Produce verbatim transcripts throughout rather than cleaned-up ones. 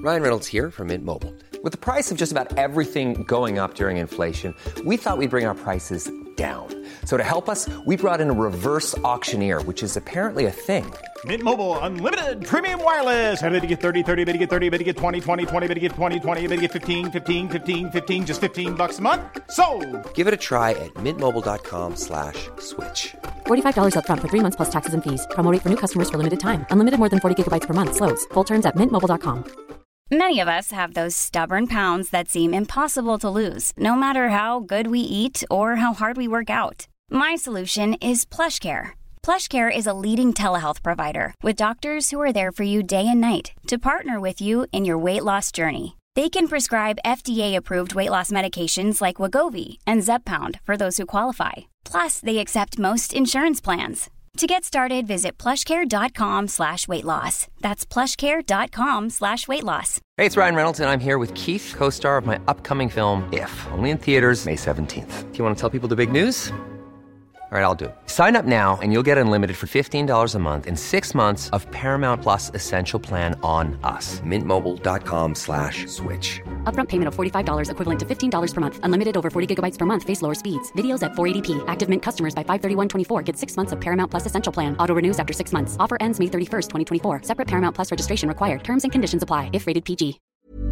Ryan Reynolds here from Mint Mobile. With the price of just about everything going up during inflation, we thought we'd bring our prices down. So to help us, we brought in a reverse auctioneer, which is apparently a thing. Mint Mobile Unlimited Premium Wireless. How to get thirty, thirty, how to get thirty, how to get twenty, twenty, twenty, how to get twenty, twenty, how to get fifteen, fifteen, fifteen, fifteen, just fifteen bucks a month? Sold! Give it a try at mintmobile.com slash switch. forty-five dollars up front for three months plus taxes and fees. Promo rate for new customers for limited time. Unlimited more than forty gigabytes per month. Slows full terms at mint mobile dot com. Many of us have those stubborn pounds that seem impossible to lose, no matter how good we eat or how hard we work out. My solution is PlushCare. PlushCare is a leading telehealth provider with doctors who are there for you day and night to partner with you in your weight loss journey. They can prescribe F D A-approved weight loss medications like Wegovy and Zepbound for those who qualify. Plus, they accept most insurance plans. To get started, visit plushcare.com slash weight loss. That's plushcare.com slash weight loss. Hey, it's Ryan Reynolds, and I'm here with Keith, co-star of my upcoming film, If, only in theaters May seventeenth. Do you want to tell people the big news? All right, I'll do it. Sign up now and you'll get unlimited for fifteen dollars a month and six months of Paramount Plus Essential Plan on us. Mintmobile.com slash switch. Upfront payment of forty-five dollars equivalent to fifteen dollars per month. Unlimited over forty gigabytes per month. Face lower speeds. Videos at four eighty p. Active Mint customers by five thirty-one twenty-four get six months of Paramount Plus Essential Plan. Auto renews after six months. Offer ends May thirty-first, twenty twenty-four. Separate Paramount Plus registration required. Terms and conditions apply if rated P G.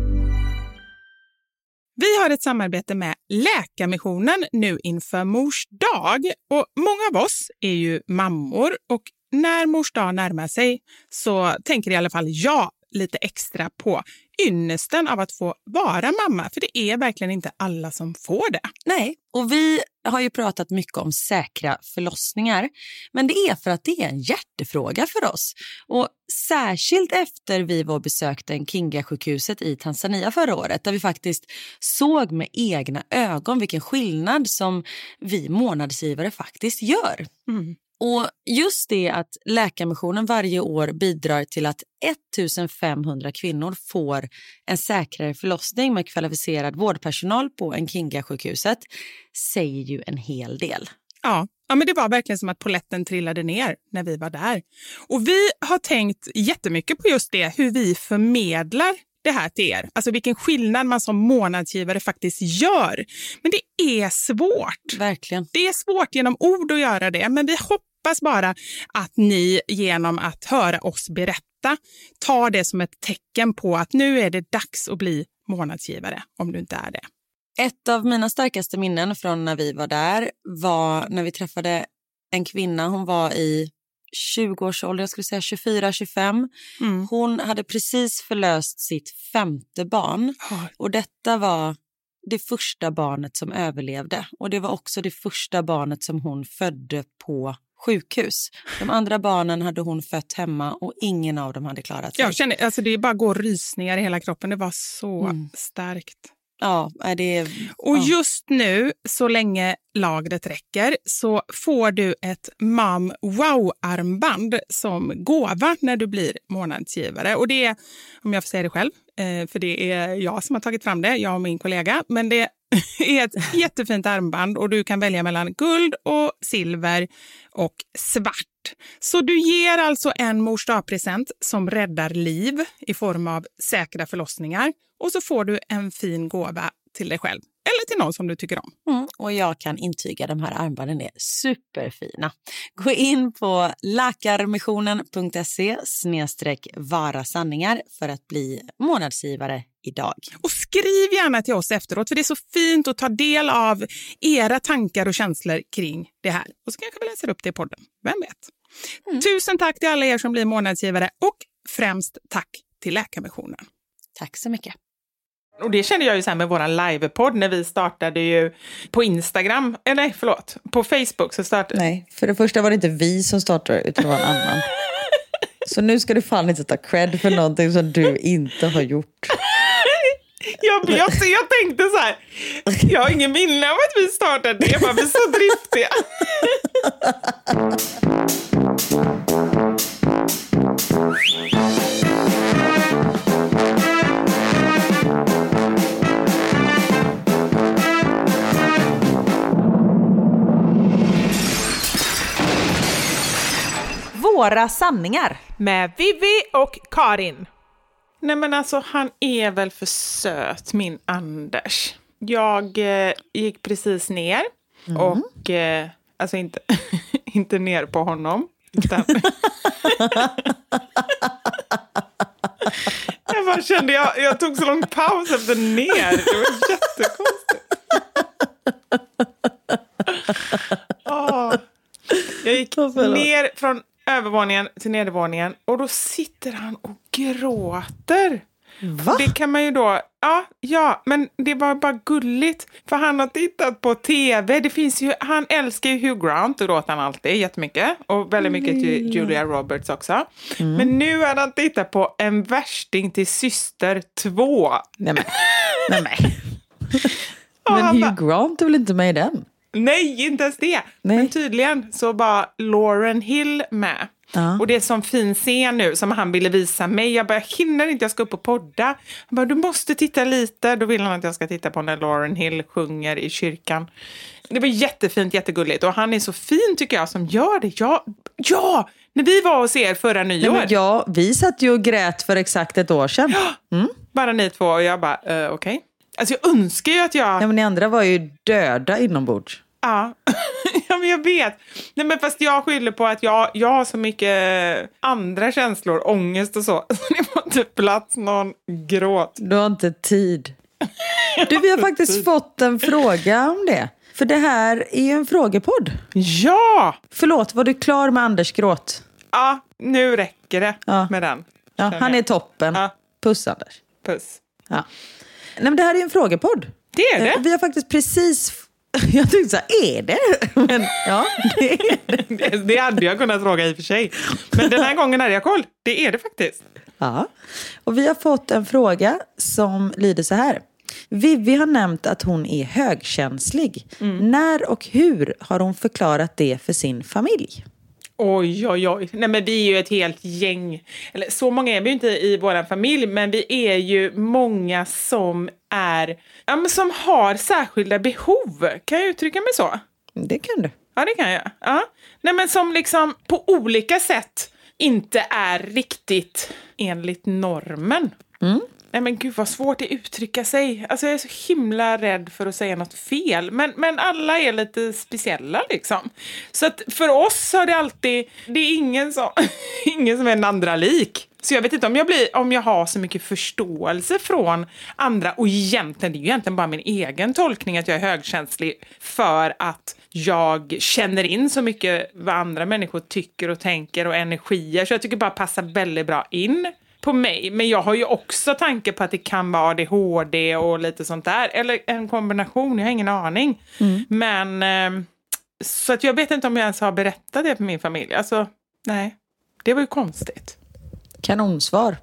Vi har ett samarbete med Läkarmissionen nu inför Mors dag, och många av oss är ju mammor, och när Mors dag närmar sig så tänker i alla fall jag lite extra på ynnesten av att få vara mamma, för det är verkligen inte alla som får det. Nej, och vi har ju pratat mycket om säkra förlossningar, men det är för att det är en hjärtefråga för oss. Och särskilt efter vi var besökte en Kinga-sjukhuset i Tanzania förra året, där vi faktiskt såg med egna ögon vilken skillnad som vi månadsgivare faktiskt gör. Mm. Och just det att Läkarmissionen varje år bidrar till att femtonhundra kvinnor får en säkrare förlossning med kvalificerad vårdpersonal på en Kinga-sjukhuset säger ju en hel del. Ja, ja, men det var verkligen som att poletten trillade ner när vi var där. Och vi har tänkt jättemycket på just det, hur vi förmedlar det här till er. Alltså vilken skillnad man som månadsgivare faktiskt gör. Men det är svårt. Verkligen. Det är svårt genom ord att göra det, men vi hoppas bara att ni genom att höra oss berätta tar det som ett tecken på att nu är det dags att bli månadsgivare, om du inte är det. Ett av mina starkaste minnen från när vi var där var när vi träffade en kvinna. Hon var i tjugo-årsåldern, jag skulle säga tjugofyra tjugofem. Mm. Hon hade precis förlöst sitt femte barn. Oh. Och detta var det första barnet som överlevde. Och det var också det första barnet som hon födde på sjukhus. De andra barnen hade hon fött hemma och ingen av dem hade klarat sig. Jag känner, alltså det bara går rysningar i hela kroppen. Det var så mm. starkt. Ja, det är... Och ja. just nu, så länge lagret räcker, så får du ett Mom Wow-armband som gåva när du blir månadsgivare. Och det är, om jag får säga det själv, för det är jag som har tagit fram det, jag och min kollega. Men det är ett jättefint armband och du kan välja mellan guld och silver och svart. Så du ger alltså en Mors dag-present som räddar liv i form av säkra förlossningar. Och så får du en fin gåva till dig själv. Eller till någon som du tycker om. Mm, och jag kan intyga de här armbanden är superfina. Gå in på lakarmissionen.se snedstreck vara sanningar för att bli månadsgivare idag. Och skriv gärna till oss efteråt, för det är så fint att ta del av era tankar och känslor kring det här. Och så kanske vi läser upp det i podden. Vem vet? Mm. Tusen tack till alla er som blir månadsgivare och främst tack till Läkarmissionen. Tack så mycket. Och det kände jag ju så här med våran livepodd när vi startade ju på Instagram. Eller nej, förlåt. På Facebook så startade... Nej, för det första var det inte vi som startade utan det var en annan. Så nu ska du fan inte ta cred för någonting som du inte har gjort. Jag, jag, jag tänkte så här, jag har ingen minne av att vi startade det. Jag bara, vi är så driftiga. Våra sanningar med Vivi och Karin. Nej men alltså han är väl för söt, min Anders. Jag eh, gick precis ner mm. och eh, alltså inte, inte ner på honom. Utan jag bara kände, jag, jag tog så lång paus efter ner. Det var jättekonstigt. Oh. Jag gick ner från övervåningen till nedervåningen och då sitter han och gråter. Va? Det kan man ju då, ja, ja, men det var bara gulligt för han har tittat på tv. Det finns ju, han älskar ju Hugh Grant och gråter han alltid jättemycket och väldigt mycket till Julia Roberts också. Mm. Men nu har han tittat på En värsting till syster två. Nej men, nej men. Men Hugh Grant är väl inte med i den? Nej, inte ens det. Nej. Men tydligen så var Lauryn Hill med. Ja. Och det är som fin scen nu som han ville visa mig. Jag bara, jag hinner inte, jag ska upp och podda. Han bara, du måste titta lite. Då vill han att jag ska titta på när Lauryn Hill sjunger i kyrkan. Det var jättefint, jättegulligt. Och han är så fin tycker jag som gör det. Ja, ja när vi var hos er förra nyår. Nej, men ja, vi satt ju och grät för exakt ett år sedan. Mm. Bara ni två och jag bara, uh, okej. Okay. Alltså jag önskar ju att jag... Ja, men ni andra var ju döda inombords. Ja. Ja, men jag vet. Nej, men fast jag skyller på att jag, jag har så mycket andra känslor, ångest och så. Så det var inte plats någon gråt. Du har inte tid. Du, vi har faktiskt fått en fråga om det. För det här är ju en frågepodd. Ja! Förlåt, var du klar med Anders gråt? Ja, nu räcker det ja. med den. Ja, han är toppen. Ja. Puss, Anders. Puss. Ja. Nej, men det här är ju en frågepodd. Det är det. Vi har faktiskt precis... Jag tänkte så här, är det? Men ja, det är det. det. Det hade jag kunnat fråga i och för sig. Men den här gången hade jag koll. Det är det faktiskt. Ja, och vi har fått en fråga som lyder så här. Vivi har nämnt att hon är högkänslig. Mm. När och hur har hon förklarat det för sin familj? Oj, oj, oj. Nej, men vi är ju ett helt gäng. Eller så många är vi ju inte i vår familj. Men vi är ju många som är... Ja, men som har särskilda behov. Kan jag uttrycka mig så? Det kan du. Ja, det kan jag. Ja. Nej, men som liksom på olika sätt inte är riktigt enligt normen. Mm. Nej men gud vad svårt det uttrycka sig. Alltså jag är så himla rädd för att säga något fel. Men, men alla är lite speciella liksom. Så att för oss har det alltid... Det är ingen som, ingen som är en andra lik. Så jag vet inte om jag, blir, om jag har så mycket förståelse från andra. Och egentligen, det är ju egentligen bara min egen tolkning att jag är högkänslig. För att jag känner in så mycket vad andra människor tycker och tänker och energier. Så jag tycker bara passar väldigt bra in på mig. Men jag har ju också tanke på att det kan vara A D H D och lite sånt där. Eller en kombination, jag har ingen aning. Mm. Men eh, så att jag vet inte om jag ens har berättat det för min familj. Alltså, nej. Det var ju konstigt. Kanonsvar.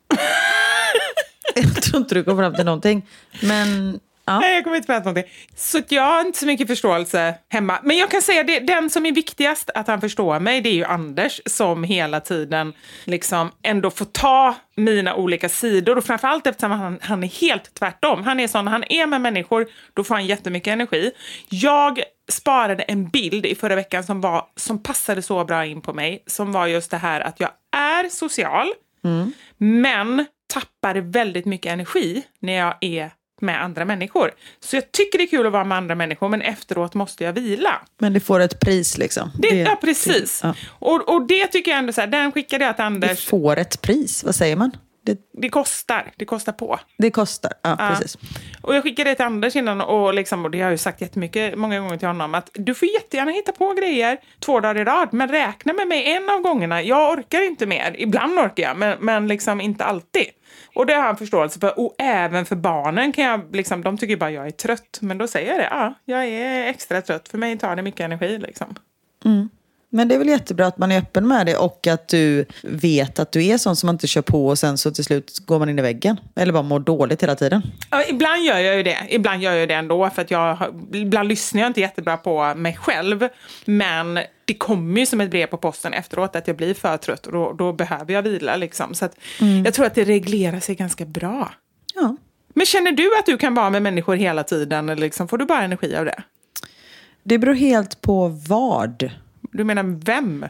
Jag tror inte du kommer fram till någonting. Men... Ja. Nej, jag kommer inte på någonting. Så jag har inte så mycket förståelse hemma. Men jag kan säga att den som är viktigast att han förstår mig, det är ju Anders som hela tiden liksom ändå får ta mina olika sidor. Och framförallt eftersom han, han är helt tvärtom. Han är sån, när han är med människor, då får han jättemycket energi. Jag sparade en bild i förra veckan som, var, som passade så bra in på mig. Som var just det här att jag är social, mm. men tappar väldigt mycket energi när jag är med andra människor. Så jag tycker det är kul att vara med andra människor, men efteråt måste jag vila. Men det får ett pris liksom. Det, det, ja, precis. Ja. Och, och det tycker jag ändå så här, den skickade jag till Anders. Det får ett pris, vad säger man? Det, det kostar, det kostar på. Det kostar, ja, ja. Precis. Och jag skickade det till Anders innan och, liksom, och det har jag ju sagt jättemycket, många gånger till honom, att du får jättegärna hitta på grejer två dagar i rad, men räkna med mig en av gångerna. Jag orkar inte mer, ibland orkar jag, men, men liksom inte alltid. Och det har han förståelse för. Och även för barnen kan jag, liksom, de tycker bara att jag är trött. Men då säger jag det, ja, jag är extra trött. För mig tar det mycket energi liksom. Mm. Men det är väl jättebra att man är öppen med det och att du vet att du är sån som man inte kör på och sen så till slut går man in i väggen. Eller bara mår dåligt hela tiden. Ja, ibland gör jag ju det. Ibland gör jag det ändå för att jag, ibland lyssnar jag inte jättebra på mig själv. Men det kommer ju som ett brev på posten efteråt att jag blir för trött och då, då behöver jag vila liksom. Så att mm. jag tror att det reglerar sig ganska bra. Ja. Men känner du att du kan vara med människor hela tiden eller liksom, får du bara energi av det? Det beror helt på vad. Du menar vem?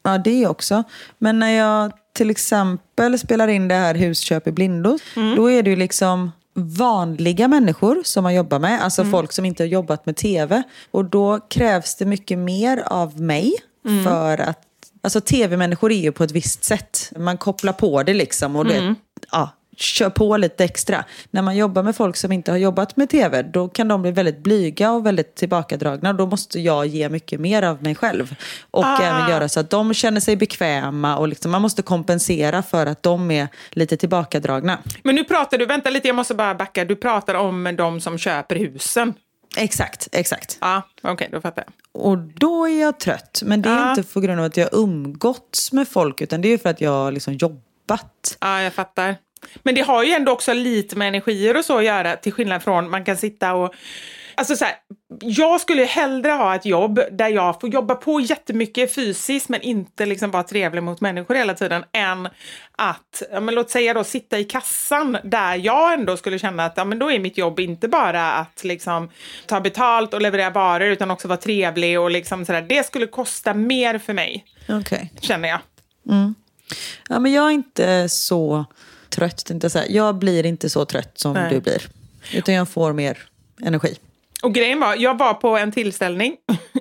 Ja, det också. Men när jag till exempel spelar in det här Husköp i blindo, mm. då är det ju liksom vanliga människor som man jobbar med. Alltså mm. folk som inte har jobbat med tv. Och då krävs det mycket mer av mig mm. för att... Alltså tv-människor är ju på ett visst sätt. Man kopplar på det liksom och det... Mm. Ja, kör på lite extra. När man jobbar med folk som inte har jobbat med tv, då kan de bli väldigt blyga och väldigt tillbakadragna. Då måste jag ge mycket mer av mig själv. Och ah. även göra så att de känner sig bekväma. Och liksom, man måste kompensera för att de är lite tillbakadragna. Men nu pratar du, vänta lite, jag måste bara backa. Du pratar om de som köper husen. Exakt, exakt. Ja, okej, okay, då fattar jag. Och då är jag trött. Men det är ah. inte på grund av att jag umgåtts med folk, utan det är för att jag liksom jobbat. Ja, jag fattar. Men det har ju ändå också lite med energier och så att göra, till skillnad från man kan sitta och... Alltså så här, jag skulle hellre ha ett jobb där jag får jobba på jättemycket fysiskt men inte liksom vara trevlig mot människor hela tiden, än att, ja, men låt säga då, sitta i kassan där jag ändå skulle känna att ja, men då är mitt jobb inte bara att liksom ta betalt och leverera varor utan också vara trevlig och liksom sådär. Det skulle kosta mer för mig, okay. känner jag. Mm. Ja, men jag är inte så trött, inte så här. Jag blir inte så trött som Nej. du blir, utan jag får mer energi. Och grejen var, jag var på en tillställning.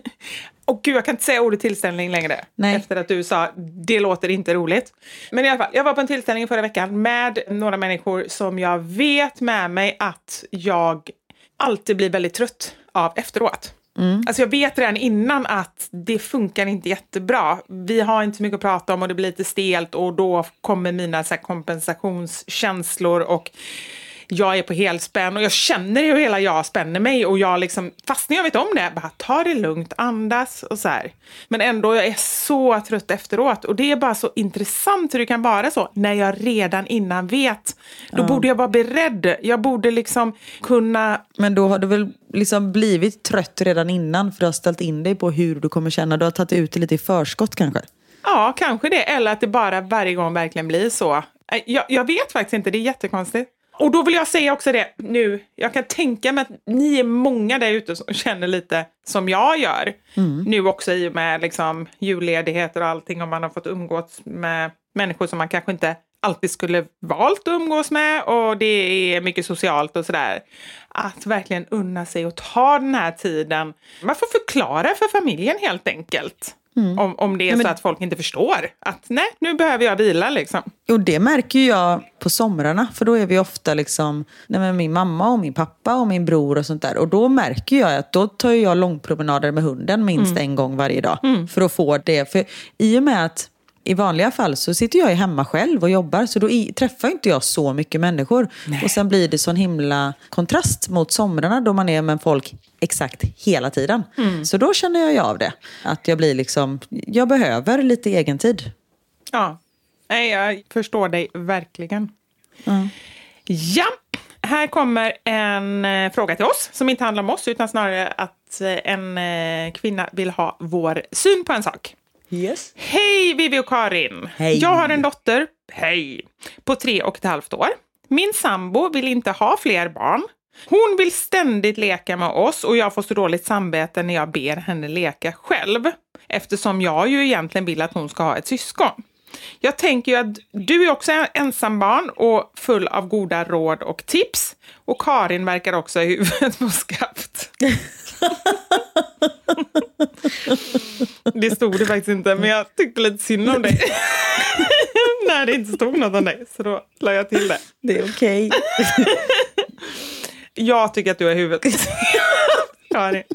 Och gud, jag kan inte säga ordet tillställning längre. Nej. Efter att du sa, det låter inte roligt. Men i alla fall, jag var på en tillställning förra veckan med några människor som jag vet med mig att jag alltid blir väldigt trött av efteråt. Mm. Alltså jag vet redan innan att det funkar inte jättebra. Vi har inte så mycket att prata om och det blir lite stelt. Och då kommer mina så här kompensationskänslor och... Jag är på helspänn och jag känner hur hela jag spänner mig och jag liksom, fast när jag vet om det, bara ta det lugnt, andas och så här. Men ändå, jag är så trött efteråt och det är bara så intressant hur det kan vara så när jag redan innan vet. Då ja. borde jag vara beredd. Jag borde liksom kunna... Men då har du väl liksom blivit trött redan innan för du har ställt in dig på hur du kommer känna. Du har tagit ut det lite i förskott kanske. Ja, kanske det. Eller att det bara varje gång verkligen blir så. Jag, jag vet faktiskt inte, det är jättekonstigt. Och då vill jag säga också det nu, jag kan tänka mig att ni är många där ute som känner lite som jag gör. Mm. Nu också i och med liksom julledigheter och allting, om man har fått umgås med människor som man kanske inte alltid skulle valt att umgås med och det är mycket socialt och sådär. Att verkligen unna sig och ta den här tiden. Man får förklara för familjen helt enkelt. Mm. Om, om det är ja, men... så att folk inte förstår att nej, nu behöver jag vila liksom. Och det märker jag på somrarna, för då är vi ofta liksom nej, med min mamma och min pappa och min bror och sånt där. Och då märker jag att då tar jag långpromenader med hunden minst mm. en gång varje dag mm. för att få det. För i och med att i vanliga fall så sitter jag hemma själv och jobbar, så då i, träffar inte jag så mycket människor. Nej. Och sen blir det sån himla kontrast mot somrarna då man är med folk exakt hela tiden. Mm. Så då känner jag ju av det. Att jag blir liksom, jag behöver lite egen tid. Ja, nej, jag förstår dig verkligen. Mm. Ja, här kommer en eh, fråga till oss som inte handlar om oss utan snarare att eh, en eh, kvinna vill ha vår syn på en sak. Yes. Hej Vivi och Karin. Hej. Jag har en dotter, hej, på tre och ett halvt år. Min sambo vill inte ha fler barn. Hon vill ständigt leka med oss och jag får så dåligt samvete när jag ber henne leka själv. Eftersom jag ju egentligen vill att hon ska ha ett syskon. Jag tänker ju att du är också en ensambarn och full av goda råd och tips. Och Karin verkar också i huvudet på skaft. Det stod det faktiskt inte, men jag tyckte lite synd om dig. Nej, det inte stod något om dig, så då la jag till det. Det är okej. Okay. Jag tycker att du är huvudet. Karin.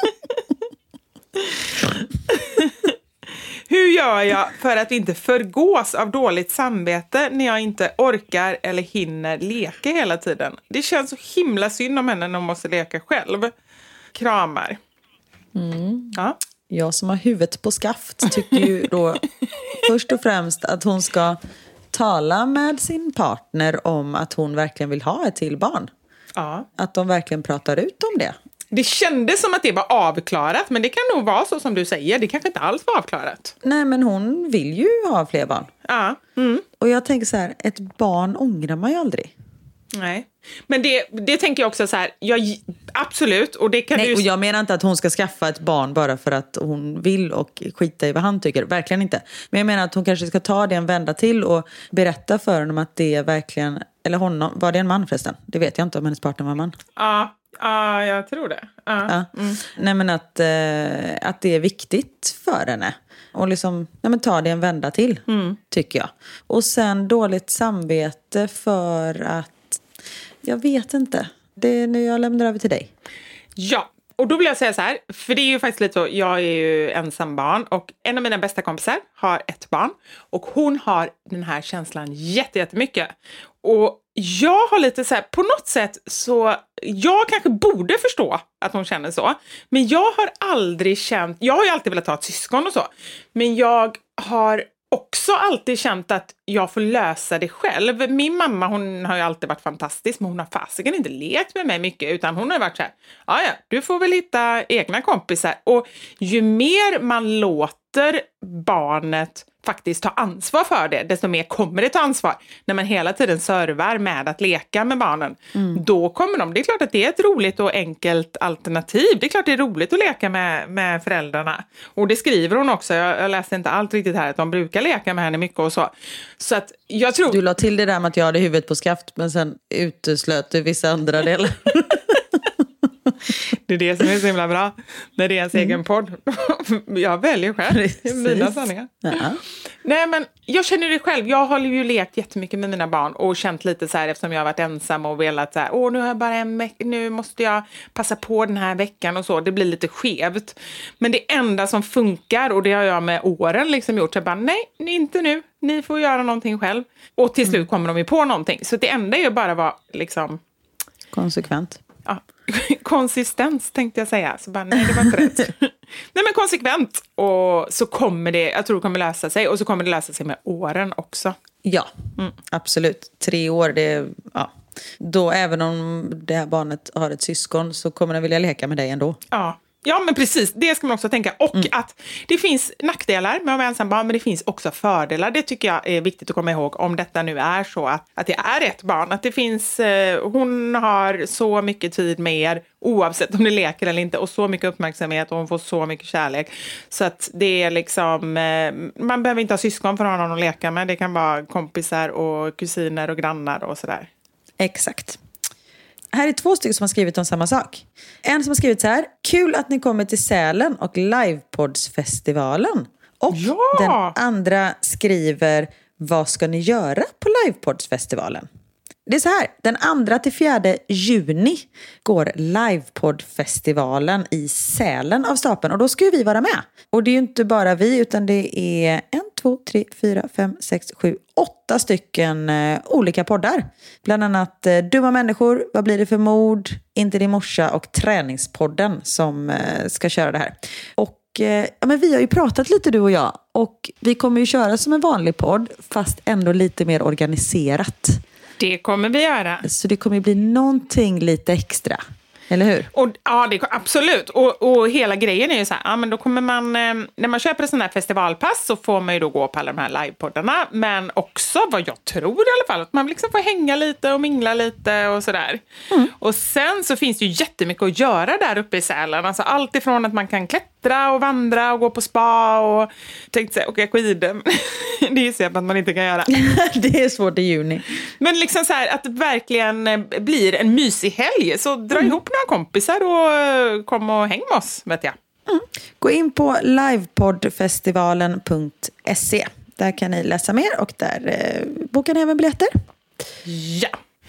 Hur gör jag för att inte förgås av dåligt samvete när jag inte orkar eller hinner leka hela tiden? Det känns så himla synd om henne när hon måste leka själv. Kramar. Mm. Ja. Jag som har huvudet på skaft tycker ju då först och främst att hon ska tala med sin partner om att hon verkligen vill ha ett till barn. Ja. Att de verkligen pratar ut om det. Det kändes som att det var avklarat, men det kan nog vara så som du säger. Det kanske inte alls var avklarat. Nej, men hon vill ju ha fler barn. Ja. Mm. Och jag tänker så här, ett barn ångrar man ju aldrig. Nej, men det, det tänker jag också så här, jag, absolut. Och, det kan Nej, du... och jag menar inte att hon ska skaffa ett barn bara för att hon vill och skita i vad han tycker. Verkligen inte. Men jag menar att hon kanske ska ta det en vända till och berätta för honom att det är verkligen, eller honom, var det en man förresten? Det vet jag inte om hennes partner var man. Ja, ja jag tror det. Ja. Ja. Mm. Nej, men att, eh, att det är viktigt för henne. Och liksom, nej, men ta det en vända till, mm. tycker jag. Och sen dåligt samvete för att, jag vet inte. Det är nu jag lämnar över till dig. Ja, och då vill jag säga så här, för det är ju faktiskt lite så, jag är ju ensam barn och en av mina bästa kompisar har ett barn och hon har den här känslan jätte, jättemycket. Och jag har lite så här, på något sätt så, jag kanske borde förstå att hon känner så, men jag har aldrig känt, jag har ju alltid velat ha ett syskon och så, men jag har också alltid känt att jag får lösa det själv. Min mamma, hon har ju alltid varit fantastisk, men hon har fasiken inte lekt med mig mycket, utan hon har varit så här, ja ja, du får väl hitta egna kompisar. Och ju mer man låter barnet faktiskt ta ansvar för det, desto mer kommer det ta ansvar. När man hela tiden servar med att leka med barnen, mm. då kommer de, det är klart att det är ett roligt och enkelt alternativ. Det är klart det är roligt att leka med, med föräldrarna. Och det skriver hon också, jag, jag läste inte allt riktigt här, att de brukar leka med henne mycket och så. Så att jag tror... Du la till det där med att jag hade huvudet på skaft, men sen uteslöt du vissa andra delar. Det är det som är så himla bra när det är ens mm. egen podd. Jag väljer själv. Precis. Mina sanningar. Ja. Nej, men jag känner det själv. Jag har ju lekt jättemycket med mina barn och känt lite så här, eftersom jag har varit ensam och velat så här, åh nu har jag bara en vecka, nu måste jag passa på den här veckan och så. Det blir lite skevt. Men det enda som funkar, och det har jag med åren liksom gjort, så jag bara, nej, inte nu. Ni får göra någonting själv. Och till slut mm. kommer de ju på någonting. Så det enda är ju bara vara liksom... konsekvent. Ja, konsistens tänkte jag säga. Så bara, nej, det var inte rätt. Nej, men konsekvent. Och så kommer det, jag tror det kommer lösa sig. Och så kommer det lösa sig med åren också. Ja, mm. absolut. Tre år, det ja. Då även om det här barnet har ett syskon så kommer den vilja leka med dig ändå. Ja. Ja, men precis. Det ska man också tänka. Och mm. att det finns nackdelar med att vara ensam barn, men det finns också fördelar. Det tycker jag är viktigt att komma ihåg om detta nu är så att, att det är ett barn. Att det finns, eh, hon har så mycket tid med er, oavsett om det leker eller inte, och så mycket uppmärksamhet och hon får så mycket kärlek. Så att det är liksom, eh, man behöver inte ha syskon för att ha någon att leka med. Det kan vara kompisar och kusiner och grannar och sådär. Exakt. Här är två stycken som har skrivit om samma sak. En som har skrivit så här: kul att ni kommer till Sälen och Livepodsfestivalen. Och ja! Den andra skriver: vad ska ni göra på Livepodsfestivalen? Det är så här, den andra till fjärde juni går Livepoddfestivalen i Sälen av stapeln. Och då ska ju vi vara med. Och det är ju inte bara vi, utan det är en, två, tre, fyra, fem, sex, sju, åtta stycken eh, olika poddar. Bland annat eh, Dumma människor, Vad blir det för mord, Inte din morsa och Träningspodden som eh, ska köra det här. Och eh, ja, men vi har ju pratat lite du och jag. Och vi kommer ju köra som en vanlig podd, fast ändå lite mer organiserat. Det kommer vi göra. Så det kommer bli någonting lite extra. Eller hur? Och, ja, det, absolut. Och, och hela grejen är ju så här, ja, men då kommer man, eh, när man köper en sån här festivalpass så får man ju då gå på alla de här livepoddarna. Men också, vad jag tror i alla fall, att man liksom får hänga lite och mingla lite och sådär. Mm. Och sen så finns det ju jättemycket att göra där uppe i Sälen. Alltså allt ifrån att man kan klättra och vandra och gå på spa och tänkte säga, åka skidor. Det är ju så att man inte kan göra. Det är svårt i juni. Men liksom så här, att det verkligen blir en mysig helg. Så dra mm. ihop några kompisar och kom och häng med oss, vet jag. Mm. Gå in på livepoddfestivalen punkt se. Där kan ni läsa mer och där eh, bokar ni även biljetter. Ja.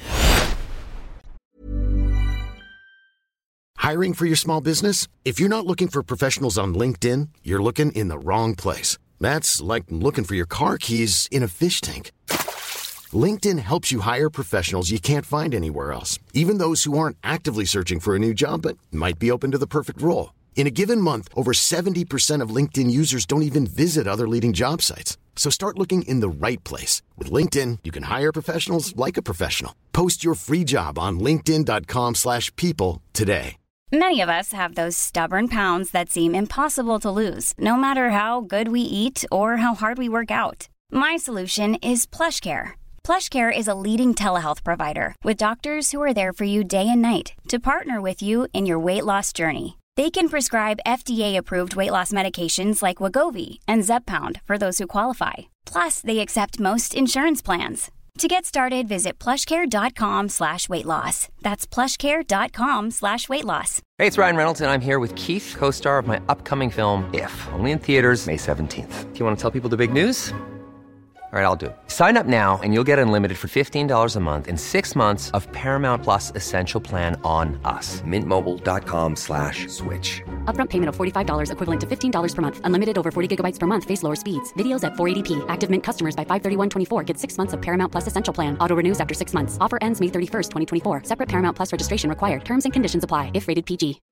Hiring for your small business? If you're not looking for professionals on LinkedIn, you're looking in the wrong place. That's like looking for your car keys in a fish tank. LinkedIn helps you hire professionals you can't find anywhere else, even those who aren't actively searching for a new job but might be open to the perfect role. In a given month, over seventy percent of LinkedIn users don't even visit other leading job sites. So start looking in the right place. With LinkedIn, you can hire professionals like a professional. Post your free job on linkedin dot com slash people today. Many of us have those stubborn pounds that seem impossible to lose, no matter how good we eat or how hard we work out. My solution is PlushCare. PlushCare is a leading telehealth provider with doctors who are there for you day and night to partner with you in your weight loss journey. They can prescribe F D A-approved weight loss medications like Wegovy and Zepbound for those who qualify. Plus, they accept most insurance plans. To get started, visit plushcare.com slash weight loss. That's plushcare.com slash weight loss. Hey, it's Ryan Reynolds, and I'm here with Keith, co-star of my upcoming film, If, only in theaters May seventeenth. Do you want to tell people the big news? All right, I'll do it. Sign up now and you'll get unlimited for fifteen dollars a month and six months of Paramount Plus Essential Plan on us. Mint Mobile dot com slash switch. Upfront payment of forty-five dollars equivalent to fifteen dollars per month. Unlimited over forty gigabytes per month. Face lower speeds. Videos at four eighty p. Active Mint customers by five thirty-one twenty-four get six months of Paramount Plus Essential Plan. Auto renews after six months. Offer ends May thirty-first, twenty twenty-four. Separate Paramount Plus registration required. Terms and conditions apply if rated P G.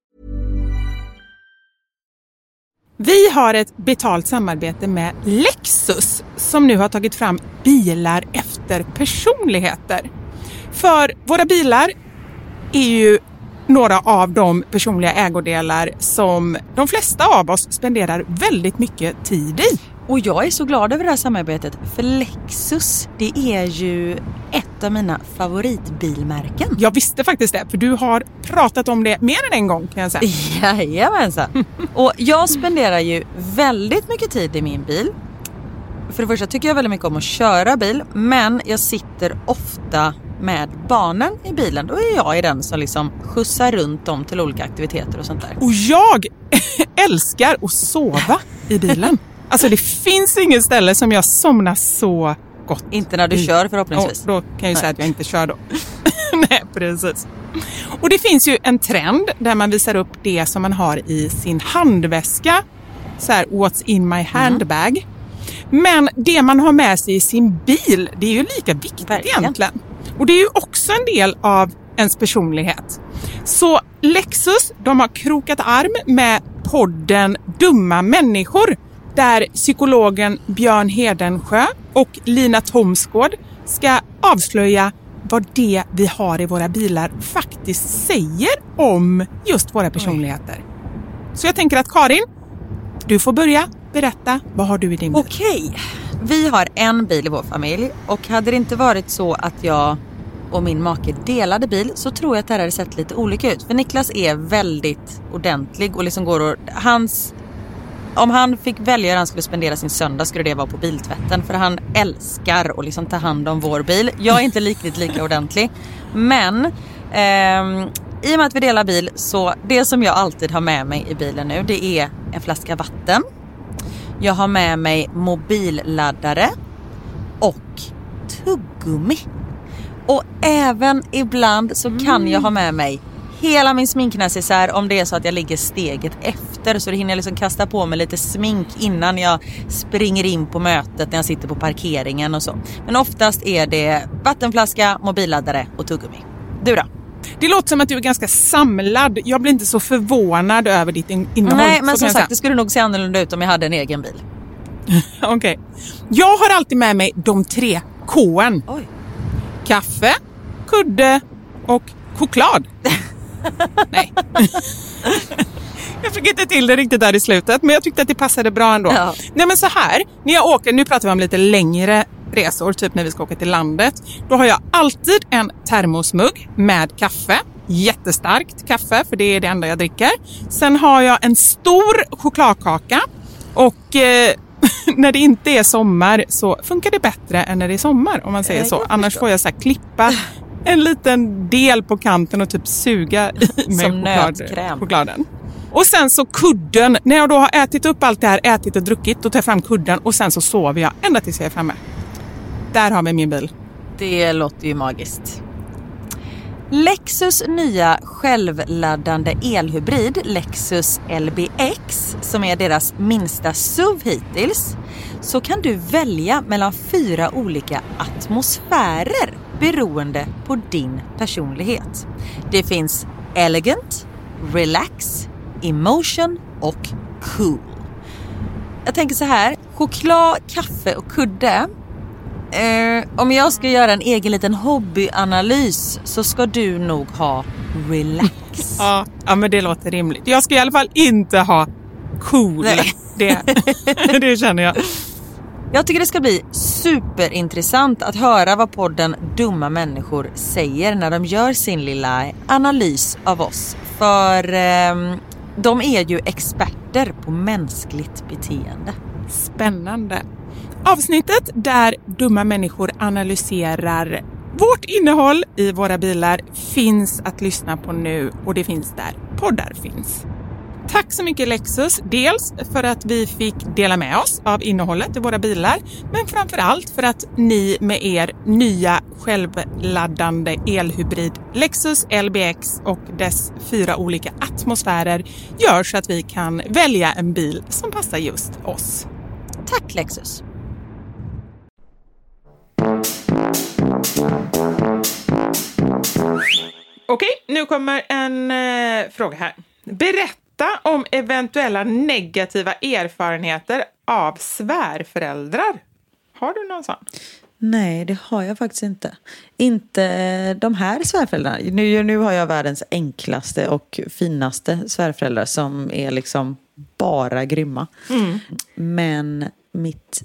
Vi har ett betalt samarbete med Lexus som nu har tagit fram bilar efter personligheter. För våra bilar är ju några av de personliga ägodelar som de flesta av oss spenderar väldigt mycket tid i. Och jag är så glad över det här samarbetet, för Lexus, det är ju ett av mina favoritbilmärken. Jag visste faktiskt det, för du har pratat om det mer än en gång, kan jag säga. Jajamensan. Och jag spenderar ju väldigt mycket tid i min bil. För det första tycker jag väldigt mycket om att köra bil, men jag sitter ofta med barnen i bilen. Då är jag i den som liksom skjutsar runt dem till olika aktiviteter och sånt där. Och jag älskar att sova i bilen. Alltså det finns inget ställe som jag somnar så gott. Inte när du i. kör förhoppningsvis. Och då kan jag ju säga att jag inte kör då. Nej, precis. Och det finns ju en trend där man visar upp det som man har i sin handväska. Så här, what's in my handbag. Mm. Men det man har med sig i sin bil, det är ju lika viktigt Verkligen. egentligen. Och det är ju också en del av ens personlighet. Så Lexus, de har krokat arm med podden Dumma människor. Där psykologen Björn Hedensjö och Lina Thomsgård ska avslöja vad det vi har i våra bilar faktiskt säger om just våra personligheter. Oj. Så jag tänker att Karin, du får börja berätta, vad har du i din bil? Okej, vi har en bil i vår familj, och hade det inte varit så att jag och min make delade bil, så tror jag att det här hade sett lite olika ut. För Niklas är väldigt ordentlig och liksom går och hans... Om han fick välja hur han skulle spendera sin söndag, skulle det vara på biltvätten. För han älskar att liksom ta hand om vår bil. Jag är inte riktigt lika ordentlig. Men eh, i och med att vi delar bil, så det som jag alltid har med mig i bilen nu, det är en flaska vatten. Jag har med mig mobilladdare och tuggummi. Och även ibland så kan mm. jag ha med mig hela min sminknäsisär, om det är så att jag ligger steget efter, så det hinner jag liksom kasta på mig lite smink innan jag springer in på mötet när jag sitter på parkeringen och så. Men oftast är det vattenflaska, mobilladdare och tuggummi. Du då? Det låter som att du är ganska samlad. Jag blir inte så förvånad över ditt innehåll. Nej, men som sagt, det skulle nog se annorlunda ut om jag hade en egen bil. Okej. Okay. Jag har alltid med mig de tre K:n. Oj. Kaffe, kudde och choklad. Nej. Jag fick inte till det riktigt där i slutet, men jag tyckte att det passade bra ändå. Ja. Nej, men så här, när jag åker, nu pratar vi om lite längre resor, typ när vi ska åka till landet, då har jag alltid en termosmugg med kaffe. Jättestarkt kaffe, för det är det enda jag dricker. Sen har jag en stor chokladkaka, och eh, när det inte är sommar så funkar det bättre än när det är sommar, om man säger så. Annars får jag så här klippa en liten del på kanten och typ suga i med choklad, chokladen. Och sen så kudden. När jag då har ätit upp allt det här, ätit och druckit, då tar jag fram kudden och sen så sover jag ända tills jag är framme. Där har vi min bil. Det låter ju magiskt. Lexus nya självladdande elhybrid Lexus L B X, som är deras minsta S U V hittills, så kan du välja mellan fyra olika atmosfärer beroende på din personlighet. Det finns elegant, relax, emotion och cool. Jag tänker så här, choklad, kaffe och kudde. Eh, om jag ska göra en egen liten hobbyanalys, så ska du nog ha relax. Ja, ja, men det låter rimligt. Jag ska i alla fall inte ha cool. Det, det känner jag. Jag tycker det ska bli superintressant att höra vad podden Dumma människor säger när de gör sin lilla analys av oss. För eh, de är ju experter på mänskligt beteende. Spännande. Avsnittet där dumma människor analyserar vårt innehåll i våra bilar finns att lyssna på nu, och det finns där poddar finns. Tack så mycket Lexus, dels för att vi fick dela med oss av innehållet i våra bilar, men framförallt för att ni med er nya självladdande elhybrid Lexus L B X och dess fyra olika atmosfärer gör så att vi kan välja en bil som passar just oss. Tack Lexus! Okej, nu kommer en eh, fråga här. Berätta om eventuella negativa erfarenheter av svärföräldrar. Har du någon sån? Nej, det har jag faktiskt inte. Inte de här svärföräldrarna. Nu, nu har jag världens enklaste och finaste svärföräldrar som är liksom bara grymma. Mm. Men mitt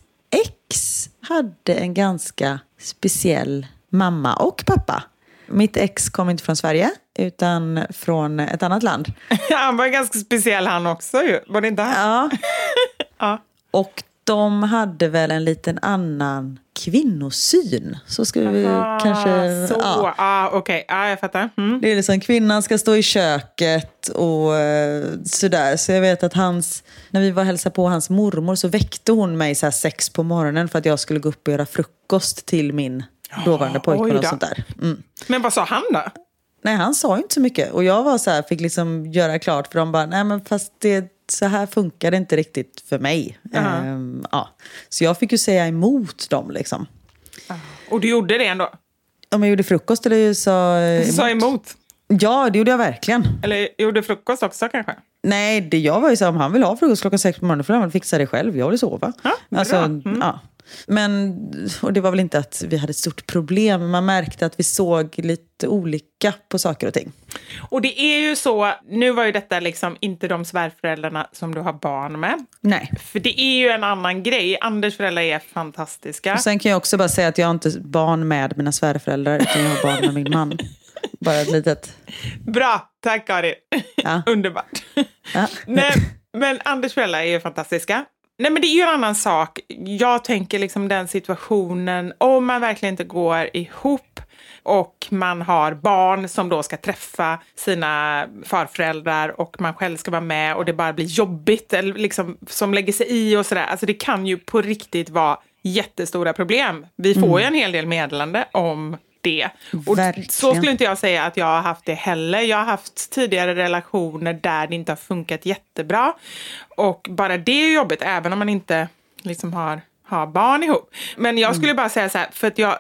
ex hade en ganska speciell mamma och pappa. Mitt ex kom inte från Sverige utan från ett annat land. Han var ganska speciell han också ju. Var det inte han? Ja. Ja. Och de hade väl en liten annan kvinnosyn. Så skulle vi Aha, kanske... Så, ja. ah, okej. Okay. Ah, jag fattar. Mm. Det är liksom kvinnan ska stå i köket och uh, sådär. Så jag vet att hans... När vi var hälsa på hans mormor så väckte hon mig så här sex på morgonen för att jag skulle gå upp och göra frukost till min dåvarande pojkvän och sånt där. Mm. Men vad sa han då? Nej, han sa ju inte så mycket. Och jag var så här, fick liksom göra klart för dem bara, nej men fast det, så här funkar det inte riktigt för mig. Uh-huh. Ehm, ja. Så jag fick ju säga emot dem liksom. Uh-huh. Och du gjorde det ändå? Om jag gjorde frukost eller sa emot? Sa emot? Ja, det gjorde jag verkligen. Eller gjorde frukost också kanske? Nej, det jag var ju så här, om han vill ha frukost klockan sex på morgonen för han fixa det själv. Jag vill sova. Ja, alltså, mm. ja. Men, och det var väl inte att vi hade ett stort problem. Man märkte att vi såg lite olika på saker och ting. Och det är ju så, nu var ju detta liksom inte de svärföräldrarna som du har barn med. Nej. För det är ju en annan grej. Anders föräldrar är fantastiska. Och sen kan jag också bara säga att jag har inte barn med mina svärföräldrar utan jag har barn med min man. Bara ett litet... Bra, tack Karin. Ja. Underbart. Ja. Nej, men Anders föräldrar är ju fantastiska. Nej, men det är ju en annan sak. Jag tänker liksom den situationen, om man verkligen inte går ihop och man har barn som då ska träffa sina farföräldrar och man själv ska vara med och det bara blir jobbigt eller liksom som lägger sig i och sådär. Alltså det kan ju på riktigt vara jättestora problem. Vi får mm. ju en hel del meddelande om det. Och verkligen. Så skulle inte jag säga att jag har haft det heller. Jag har haft tidigare relationer där det inte har funkat jättebra. Och bara det är jobbigt även om man inte liksom har, har barn ihop. Men jag skulle mm. bara säga så här, för att jag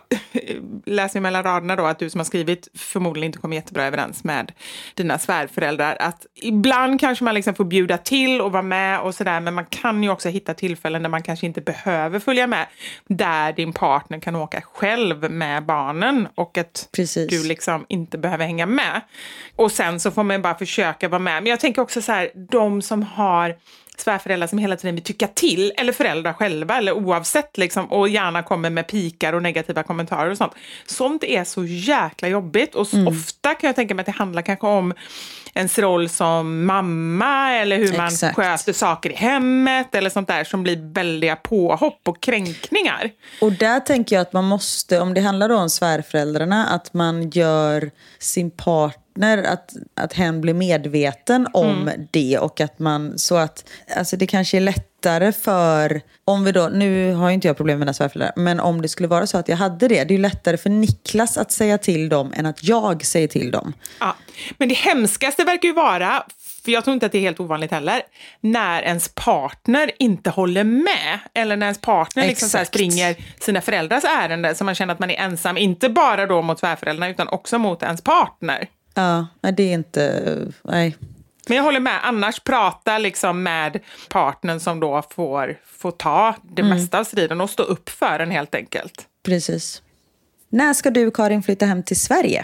läser mellan raderna då att du som har skrivit förmodligen inte kommer jättebra överens med dina svärföräldrar. Att ibland kanske man liksom får bjuda till och vara med och sådär, men man kan ju också hitta tillfällen där man kanske inte behöver följa med. Där din partner kan åka själv med barnen och att Precis. Du liksom inte behöver hänga med. Och sen så får man bara försöka vara med. Men jag tänker också så här, de som har svärföräldrar som hela tiden vill tycka till, eller föräldrar själva, eller oavsett liksom, och gärna kommer med pikar och negativa kommentarer och sånt. Sånt är så jäkla jobbigt och mm. ofta kan jag tänka mig att det handlar kanske om ens roll som mamma eller hur man Exakt. Sköter saker i hemmet eller sånt där som blir väldiga påhopp och kränkningar. Och där tänker jag att man måste, om det handlar då om svärföräldrarna, att man gör sin partner, att, att hen blir medveten om mm. det och att man, så att, alltså det kanske är lättare för, om vi då, nu har ju inte jag problem med mina svärföräldrar, men om det skulle vara så att jag hade det, det är ju lättare för Niklas att säga till dem än att jag säger till dem. Ja, men det hemskaste verkar ju vara, för jag tror inte att det är helt ovanligt heller, när ens partner inte håller med. Eller när ens partner liksom så här springer sina föräldrars ärende så man känner att man är ensam. Inte bara då mot svärföräldrarna utan också mot ens partner. Ja, det är inte... Nej. Men jag håller med. Annars prata liksom med partnern som då får, får ta det mm. mesta av striden och stå upp för den helt enkelt. Precis. När ska du, Karin, flytta hem till Sverige?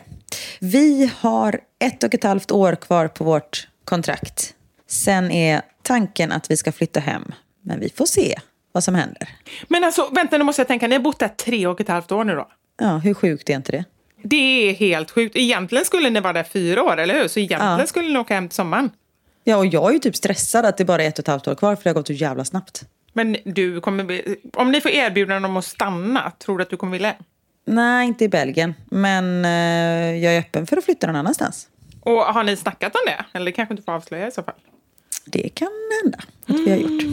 Vi har ett och ett halvt år kvar på vårt kontrakt. Sen är tanken att vi ska flytta hem. Men vi får se vad som händer. Men alltså, vänta, nu måste jag tänka. Ni har bott där tre och ett halvt år nu då? Ja, hur sjukt är inte det? Det är helt sjukt. Egentligen skulle ni vara där fyra år, eller hur? Så egentligen ja. skulle ni åka hem till sommaren. Ja, och jag är ju typ stressad att det bara är ett och ett halvt år kvar, för det har gått så jävla snabbt. Men du kommer... Om ni får erbjudanden om att stanna, tror du att du kommer vilja? Nej, inte i Belgien. Men eh, jag är öppen för att flytta någon annanstans. Och har ni snackat om det? Eller kanske inte får avslöja i så fall? Det kan hända att mm. vi har gjort.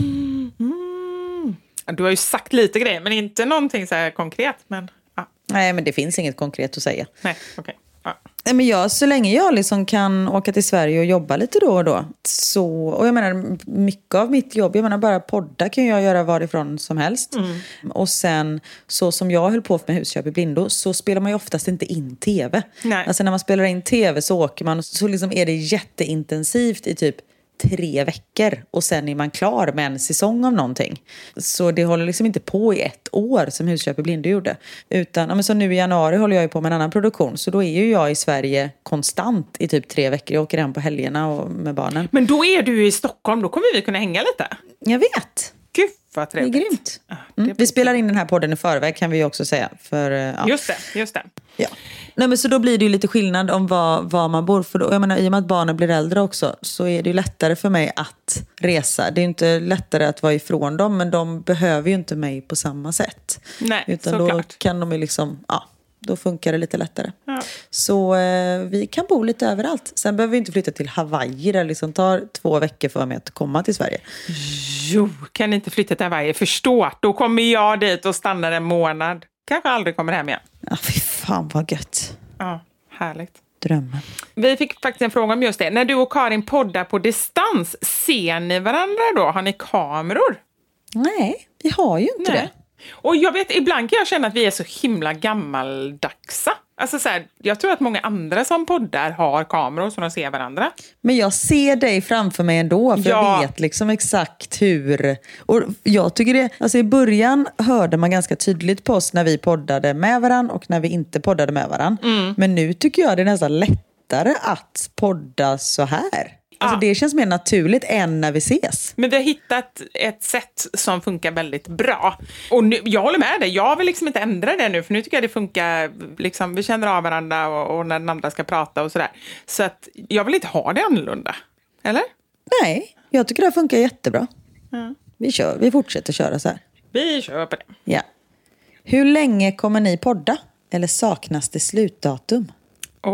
Mm. Du har ju sagt lite grejer, men inte någonting så här konkret. Men, ja. Nej, men det finns inget konkret att säga. Nej, okej. Okay. Ja. Men jag, så länge jag liksom kan åka till Sverige och jobba lite då och då. Så, och jag menar, mycket av mitt jobb, jag menar bara podda kan jag göra varifrån som helst. Mm. Och sen, så som jag höll på med Husköp i blindo, så spelar man ju oftast inte in tv. Nej. Alltså när man spelar in tv så åker man, så liksom är det jätteintensivt i typ tre veckor och sen är man klar med en säsong av någonting. Så det håller liksom inte på i ett år som Husköp i blindo gjorde. Utan, ja, men så nu i januari håller jag ju på med en annan produktion. Så då är ju jag i Sverige konstant i typ tre veckor. Jag åker hem på helgerna och med barnen. Men då är du i Stockholm, då kommer vi kunna hänga lite. Jag vet. Gud vad trevligt. Det är grymt. Mm. Vi spelar in den här podden i förväg kan vi ju också säga. För, ja. Just det, just det. Ja. Nej, men så då blir det ju lite skillnad om var, var man bor. För då, jag menar, i och med att barnen blir äldre också, så är det ju lättare för mig att resa. Det är ju inte lättare att vara ifrån dem, men de behöver ju inte mig på samma sätt. Nej, utan såklart. Då kan de ju liksom, ja, då funkar det lite lättare. Ja. Så eh, vi kan bo lite överallt. Sen behöver vi inte flytta till Hawaii där det liksom tar två veckor för mig att komma till Sverige. Jo, kan ni inte flytta till Hawaii? Förstå, då kommer jag dit och stannar en månad. Kanske aldrig kommer hem igen. Ja, fy fan vad gött. Ja, härligt. Drömmen. Vi fick faktiskt en fråga om just det. När du och Karin poddar på distans, ser ni varandra då? Har ni kameror? Nej, vi har ju inte Nej. det. Och jag vet, ibland kan jag känna att vi är så himla gammaldagsa. Alltså så här, jag tror att många andra som poddar har kameror så de ser varandra. Men jag ser dig framför mig ändå, för ja. jag vet liksom exakt hur. Och jag tycker det, alltså i början hörde man ganska tydligt på oss när vi poddade med varann och när vi inte poddade med varann. Mm. Men nu tycker jag det är nästan lättare att podda så här. Alltså ja. Det känns mer naturligt än när vi ses. Men vi har hittat ett sätt som funkar väldigt bra. Och nu, jag håller med dig. Jag vill liksom inte ändra det nu. För nu tycker jag det funkar. Liksom, vi känner av varandra och, och när den andra ska prata och sådär. Så att jag vill inte ha det annorlunda. Eller? Nej, jag tycker det funkar jättebra. Mm. Vi kör, vi fortsätter köra så här. Vi kör på det. Ja. Hur länge kommer ni podda? Eller saknas det slutdatum? Åh,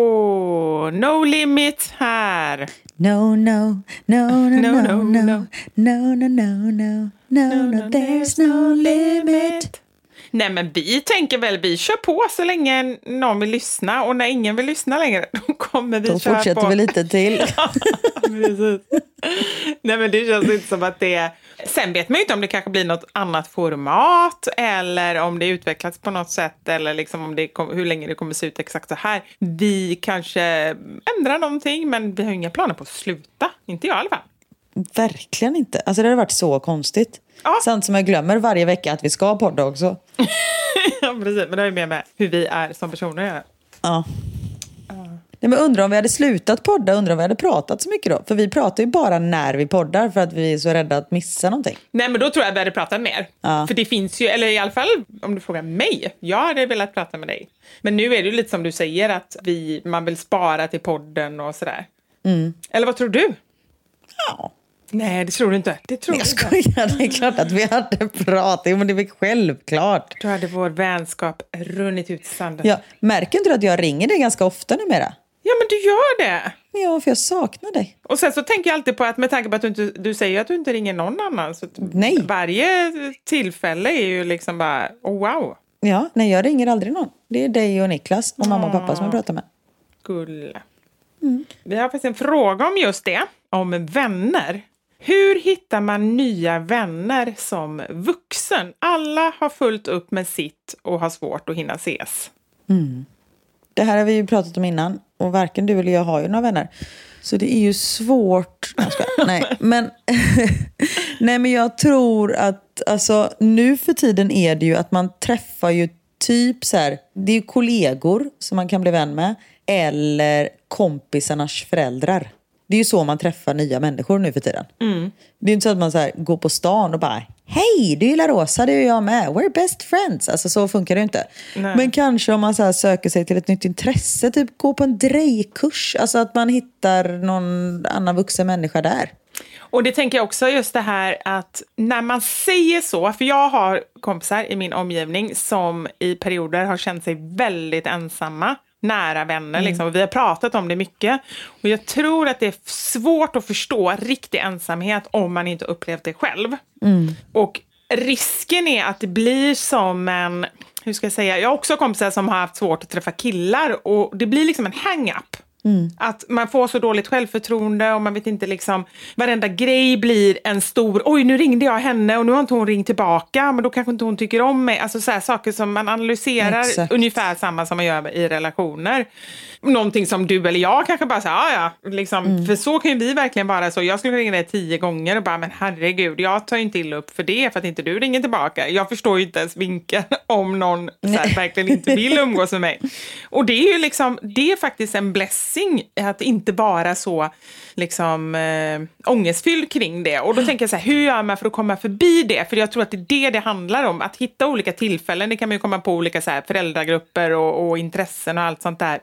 oh, no limit här. No, no, no, no, no, no, no, no, no, no, no, no, no, there's no limit. Nej, men vi tänker väl, vi kör på så länge någon vill lyssna. Och när ingen vill lyssna längre, då kommer vi då köra på. Då fortsätter vi lite till. Ja, precis. Nej, men det känns inte som att det... Sen vet man ju inte om det kanske blir något annat format. Eller om det utvecklas på något sätt. Eller liksom om det, hur länge det kommer se ut exakt så här. Vi kanske ändrar någonting, men vi har inga planer på att sluta. Inte jag i alla fall. Verkligen inte. Alltså det har varit så konstigt. Ja. Samt som jag glömmer varje vecka att vi ska podda också. Ja, precis. Men det är mer med hur vi är som personer. Ja. Nej, men undrar om vi hade slutat podda, undrar om vi hade pratat så mycket då. För vi pratar ju bara när vi poddar för att vi är så rädda att missa någonting. Nej, men då tror jag att vi hade pratat mer. Ja. För det finns ju, eller i alla fall om du frågar mig, jag hade velat prata med dig. Men nu är det ju lite som du säger att vi, man vill spara till podden och sådär. Mm. Eller vad tror du? Ja. Nej, det tror du inte. Det tror jag skojar, det är klart att vi hade pratat, men det var självklart. Då hade vår vänskap runnit ut i sanden. Ja, märker inte du att jag ringer dig ganska ofta numera? Ja, men du gör det. Ja, för jag saknar dig. Och sen så tänker jag alltid på att med tanke på att du, inte, du säger att du inte ringer någon annan. Så nej. Varje tillfälle är ju liksom bara, oh wow. Ja, nej jag ringer aldrig någon. Det är dig och Niklas och mamma och pappa som jag pratar med. Gulla. Mm. Vi har faktiskt en fråga om just det. Om vänner. Hur hittar man nya vänner som vuxen? Alla har fullt upp med sitt och har svårt att hinna ses. Mm. Det här har vi ju pratat om innan. Och varken du eller jag har ju några vänner. Så det är ju svårt. Nej, nej. Men, nej, men jag tror att alltså, nu för tiden är det ju att man träffar ju typ så här. Det är ju kollegor som man kan bli vän med. Eller kompisarnas föräldrar. Det är ju så man träffar nya människor nu för tiden. Mm. Det är ju inte så att man så här går på stan och bara, hej, du gillar rosa, det är jag med. We're best friends. Alltså så funkar det inte. Nej. Men kanske om man så här söker sig till ett nytt intresse, typ gå på en drejkurs. Alltså att man hittar någon annan vuxen människa där. Och det tänker jag också just det här att när man säger så, för jag har kompisar i min omgivning som i perioder har känt sig väldigt ensamma, nära vänner liksom, och vi har pratat om det mycket. Och jag tror att det är svårt att förstå riktig ensamhet om man inte upplevt det själv. Mm. Och risken är att det blir som en, hur ska jag säga, jag har också kompisar som har haft svårt att träffa killar och det blir liksom en hang-up. Mm. Att man får så dåligt självförtroende och man vet inte liksom, varenda grej blir en stor, oj nu ringde jag henne och nu har inte hon ringt tillbaka, men då kanske inte hon tycker om mig. Alltså så här saker som man analyserar. Exakt. Ungefär samma som man gör i relationer. Någonting som du eller jag kanske bara säger, ja ja, liksom, mm. för så kan ju vi verkligen vara så. Jag skulle ringa dig tio gånger och bara, men herregud, jag tar ju inte illa upp för det för att inte du ringer tillbaka. Jag förstår ju inte ens vinkeln om någon så här, verkligen inte vill umgås med mig. Och det är ju liksom, det är faktiskt en blessing att inte vara så liksom äh, ångestfylld kring det. Och då tänker jag så här, hur gör man för att komma förbi det? För jag tror att det är det det handlar om. Att hitta olika tillfällen, det kan man ju komma på olika så här, föräldragrupper och, och intressen och allt sånt där.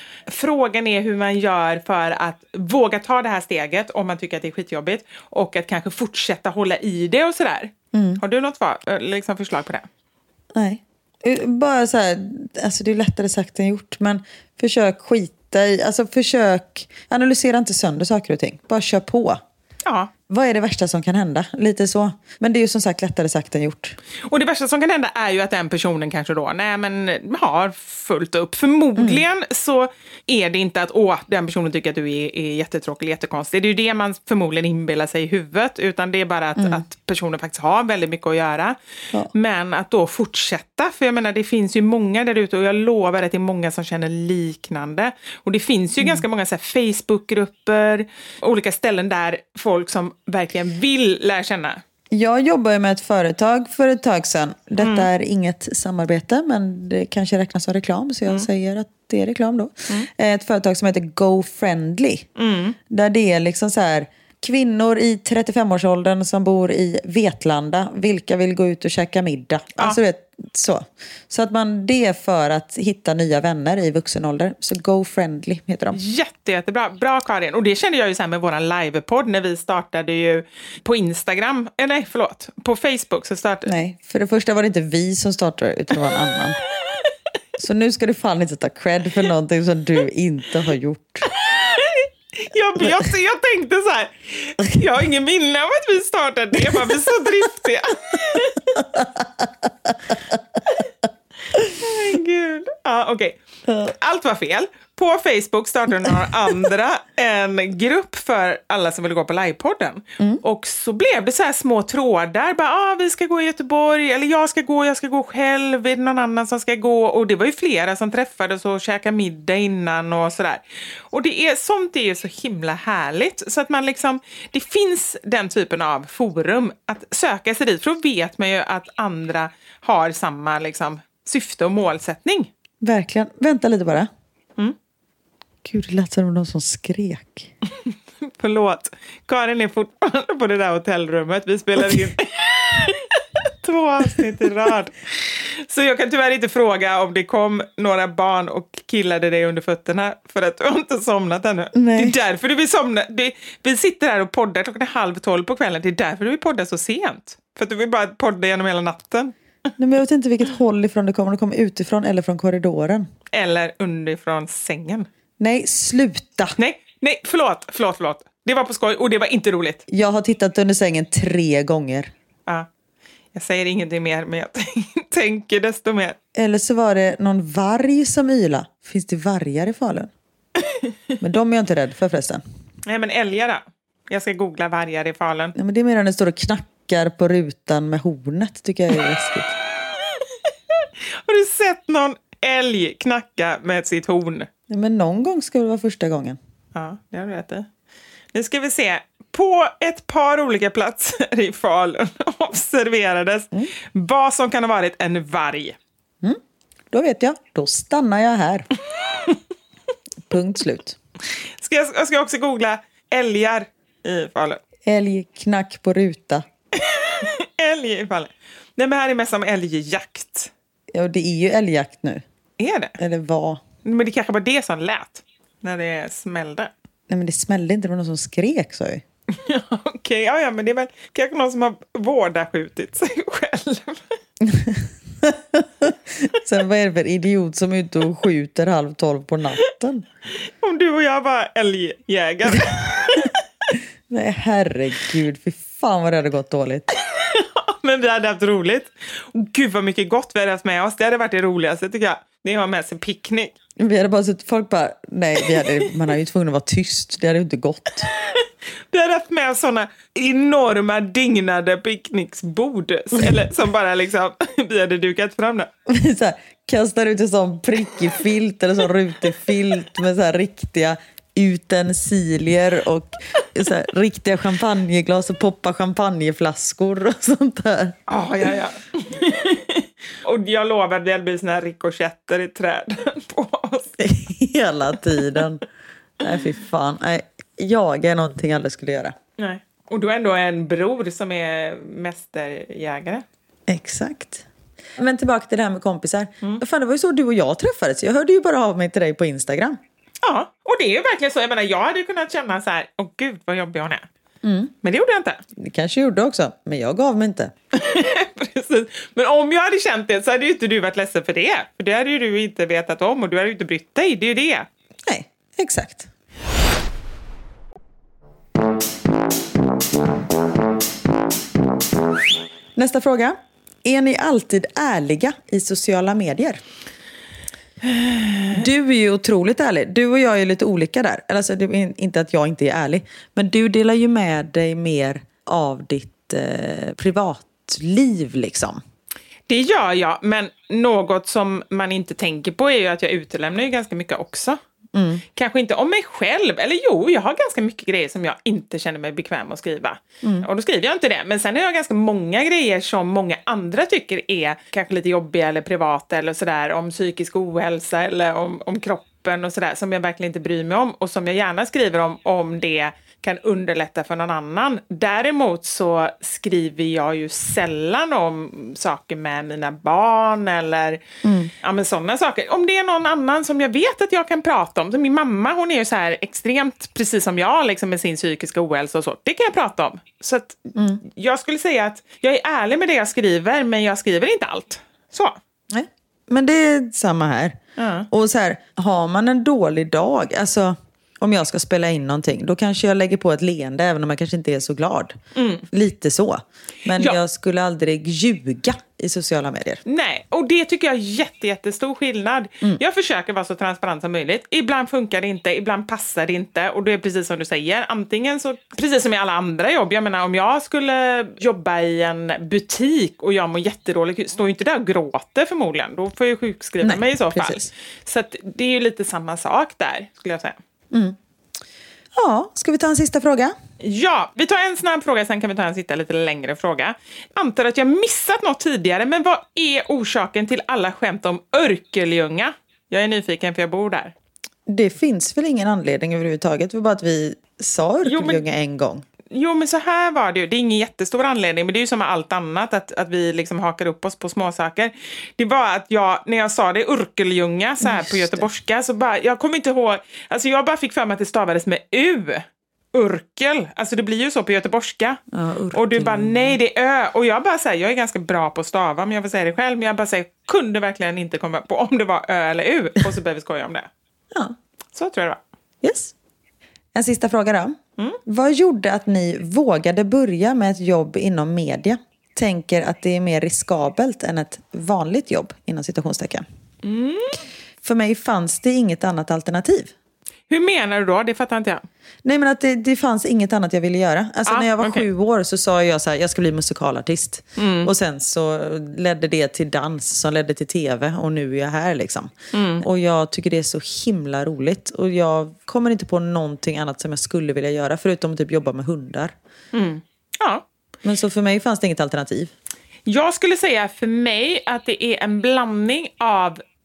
Frågan är hur man gör för att våga ta det här steget om man tycker att det är skitjobbigt och att kanske fortsätta hålla i det och sådär. Mm. Har du något för, liksom förslag på det? Nej. Bara så här, alltså det är lättare sagt än gjort, men försök skita i, alltså försök analysera inte sönder saker och ting. Bara kör på. Ja. Vad är det värsta som kan hända? Lite så. Men det är ju som sagt lättare sagt än gjort. Och det värsta som kan hända är ju att den personen kanske då, nej men har fullt upp. Förmodligen mm. så är det inte att, åh, den personen tycker att du är, är jättetråkig, jättekonstig. Det är ju det man förmodligen inbillar sig i huvudet. Utan det är bara att, mm. att personen faktiskt har väldigt mycket att göra. Ja. Men att då fortsätta. För jag menar, det finns ju många där ute och jag lovar att det är många som känner liknande. Och det finns ju mm. ganska många så här Facebookgrupper, olika ställen där folk som verkligen vill lära känna. Jag jobbar med ett företag för ett tag sedan. Detta mm. är inget samarbete, men det kanske räknas som reklam, så jag mm. säger att det är reklam då. Mm. Ett företag som heter GoFriendly. Mm. Där det är liksom så här, kvinnor i trettiofem-årsåldern som bor i Vetlanda, vilka vill gå ut och käka middag. Ja. Alltså vet, så. Så att man, det är för att hitta nya vänner i vuxen ålder. Så GoFriendly heter de. Jätte, jättebra. Bra, Karin. Och det kände jag ju så här med våran livepodd när vi startade ju på Instagram. Eh, nej, förlåt. På Facebook så startade... Nej, för det första var det inte vi som startade utan det var en annan. Så nu ska du fan inte ta cred för någonting som du inte har gjort. Jag, jag, jag tänkte så här, jag har ingen minne av att vi startade det, bara vi är så driftiga. Oh, gud. Ja, okej. Okay. Allt var fel. På Facebook startade några andra en grupp för alla som ville gå på livepodden. Mm. Och så blev det så här små trådar. Bara, ah, vi ska gå i Göteborg. Eller jag ska gå, jag ska gå själv. Är det någon annan som ska gå? Och det var ju flera som träffades och käkade middag innan och sådär. Och det är, sånt är ju så himla härligt. Så att man liksom, det finns den typen av forum att söka sig dit. För då vet man ju att andra har samma liksom syfte och målsättning. Verkligen. Vänta lite bara. Mm. Gud, det lät som någon som skrek. Förlåt. Karin är fortfarande på det där hotellrummet. Vi spelar in två avsnitt i rad. Så jag kan tyvärr inte fråga om det kom några barn och killade dig under fötterna. För att du har inte somnat ännu. Nej. Det är därför du vill somna. Det, vi sitter här och poddar klockan halv tolv på kvällen. Det är därför du vill podda så sent. För att du vill bara podda genom hela natten. Nej, men jag vet inte vilket håll ifrån det kommer. Det kommer utifrån eller från korridoren. Eller underifrån sängen. Nej, sluta. Nej, nej, förlåt, förlåt, förlåt. Det var på skoj och det var inte roligt. Jag har tittat under sängen tre gånger. Ja, jag säger ingenting mer, men jag tänker desto mer. Eller så var det någon varg som yla. Finns det vargar i Falun? Men de är jag inte rädd för förresten. Nej, men älgar då? Jag ska googla vargar i Falun. Nej, men det är mer när det står och knackar på rutan med hornet, tycker jag är läskigt. Har du sett någon älg knacka med sitt horn? Ja, men någon gång ska det vara första gången. Ja, det har du rätt i. Nu ska vi se. På ett par olika platser i Falun observerades mm. vad som kan ha varit en varg. Mm. Då vet jag. Då stannar jag här. Punkt slut. Ska jag, jag ska också googla älgar i Falun. Älg knack på ruta. älg ifall. Nej, men här är mest som älgjakt. Ja, det är ju älgjakt nu. Är det? Eller vad? Men det kanske var det som lät när det smällde. Nej, men det smällde inte. Det var någon som skrek, så ju. Okej, okay, ja, ja, men det är väl kanske någon som har vårdaskjutit sig själv. Sen vad är det för idiot som är ute och skjuter halv tolv på natten? Om du och jag var älgjägare. Nej, herregud. Fy fan vad det hade gått dåligt. Men vi hade haft roligt. Och gud vad mycket gott vi hade haft med oss. Det hade varit det roligaste tycker jag. Det har med sig picknick. Vi hade bara sett folk bara, nej, vi hade, man hade ju tvungen att vara tyst. Det hade ju inte gått. Vi hade haft med oss sådana enorma dignade picknicksbord. Eller som bara liksom, vi hade dukat fram det. Så här, kastar ut en sån prickig filt eller sån rutig filt med så här riktiga utensilier och så här, riktiga champagneglas och poppa champagneflaskor och sånt där. Oh, ja, ja. Och jag lovar att det blir såna här rikoschetter i träden på oss. Hela tiden. Nej, fy fan. Nej, jag är någonting jag aldrig skulle göra. Nej. Och du är ändå en bror som är mästerjägare. Exakt. Men tillbaka till det här med kompisar. Mm. Fan, det var ju så du och jag träffades. Jag hörde ju bara av mig till dig på Instagram. Ja, och det är ju verkligen så. Jag menar, jag hade ju kunnat känna så här, åh gud vad jobbig hon är. Mm. Men det gjorde jag inte. Det kanske gjorde också, men jag gav mig inte. Precis. Men om jag hade känt det så hade ju inte du varit ledsen för det. För det hade ju du inte vetat om och du hade ju inte brytt dig. Det är ju det. Nej, exakt. Nästa fråga. Är ni alltid ärliga i sociala medier? Du är ju otroligt ärlig. Du och jag är lite olika där. Alltså, det är inte att jag inte är ärlig. Men du delar ju med dig mer av ditt eh, privatliv liksom. Det gör jag. Men något som man inte tänker på är ju att jag utelämnar ju ganska mycket också. Mm. Kanske inte om mig själv. Eller jo, jag har ganska mycket grejer som jag inte känner mig bekväm att skriva. Mm. Och då skriver jag inte det. Men sen har jag ganska många grejer som många andra tycker är kanske lite jobbiga eller privata eller sådär. Om psykisk ohälsa eller om, om kroppen och sådär. Som jag verkligen inte bryr mig om. Och som jag gärna skriver om om det kan underlätta för någon annan. Däremot så skriver jag ju sällan om saker med mina barn eller mm. ja, men sådana saker. Om det är någon annan som jag vet att jag kan prata om. Så min mamma, hon är ju så här extremt precis som jag liksom med sin psykiska ohälsa och så. Det kan jag prata om. Så att mm. jag skulle säga att jag är ärlig med det jag skriver, men jag skriver inte allt. Så. Nej, men det är samma här. Mm. Och så här, har man en dålig dag, alltså om jag ska spela in någonting, då kanske jag lägger på ett leende även om jag kanske inte är så glad. Mm. Lite så. Men ja. Jag skulle aldrig ljuga i sociala medier. Nej, och det tycker jag är jätte, jättestor skillnad. Mm. Jag försöker vara så transparent som möjligt. Ibland funkar det inte, ibland passar det inte. Och det är precis som du säger. Antingen så, precis som i alla andra jobb. Jag menar, om jag skulle jobba i en butik och jag mår jättedåligt, står ju inte där och gråter förmodligen. Då får jag sjukskriva Nej, mig i så fall. Precis. Så att det är ju lite samma sak där, skulle jag säga. Mm. Ja, ska vi ta en sista fråga? Ja, vi tar en snabb fråga, sen kan vi ta en sista lite längre fråga. Antar att jag missat något tidigare, men vad är orsaken till alla skämt om Örkelljunga? Jag är nyfiken för jag bor där. Det finns väl ingen anledning överhuvudtaget, det var bara att vi sa Örkelljunga jo, men... en gång. Jo, men så här var det ju. Det är ingen jättestor anledning, men det är ju som med allt annat att, att vi liksom hakar upp oss på små saker. Det var att jag, när jag sa det Örkelljunga så här Just på göteborgska, det. så bara, jag kommer inte ihåg, alltså jag bara fick för mig att det stavades med U. Urkel, alltså det blir ju så på göteborgska. Ja, och du bara, nej det är Ö. Och jag bara säger, jag är ganska bra på att stava, men jag får säga det själv. Men jag bara säger, kunde verkligen inte komma på om det var Ö eller U. Och så behöver vi skoja om det. Ja. Så tror jag det var. Yes. En sista fråga då. Mm. Vad gjorde att ni vågade börja med ett jobb inom media? Tänker att det är mer riskabelt än ett vanligt jobb inom citationstecken. Mm. För mig fanns det inget annat alternativ. Hur menar du då? Det fattar inte jag. Nej, men att det, det fanns inget annat jag ville göra. Alltså ah, när jag var okay. sju år så sa jag så här, jag ska bli musikalartist. Mm. Och sen så ledde det till dans som ledde till tv. Och nu är jag här liksom. Mm. Och jag tycker det är så himla roligt. Och jag kommer inte på någonting annat som jag skulle vilja göra. Förutom att typ jobba med hundar. Mm. Ja. Men så för mig fanns det inget alternativ. Jag skulle säga för mig att det är en blandning av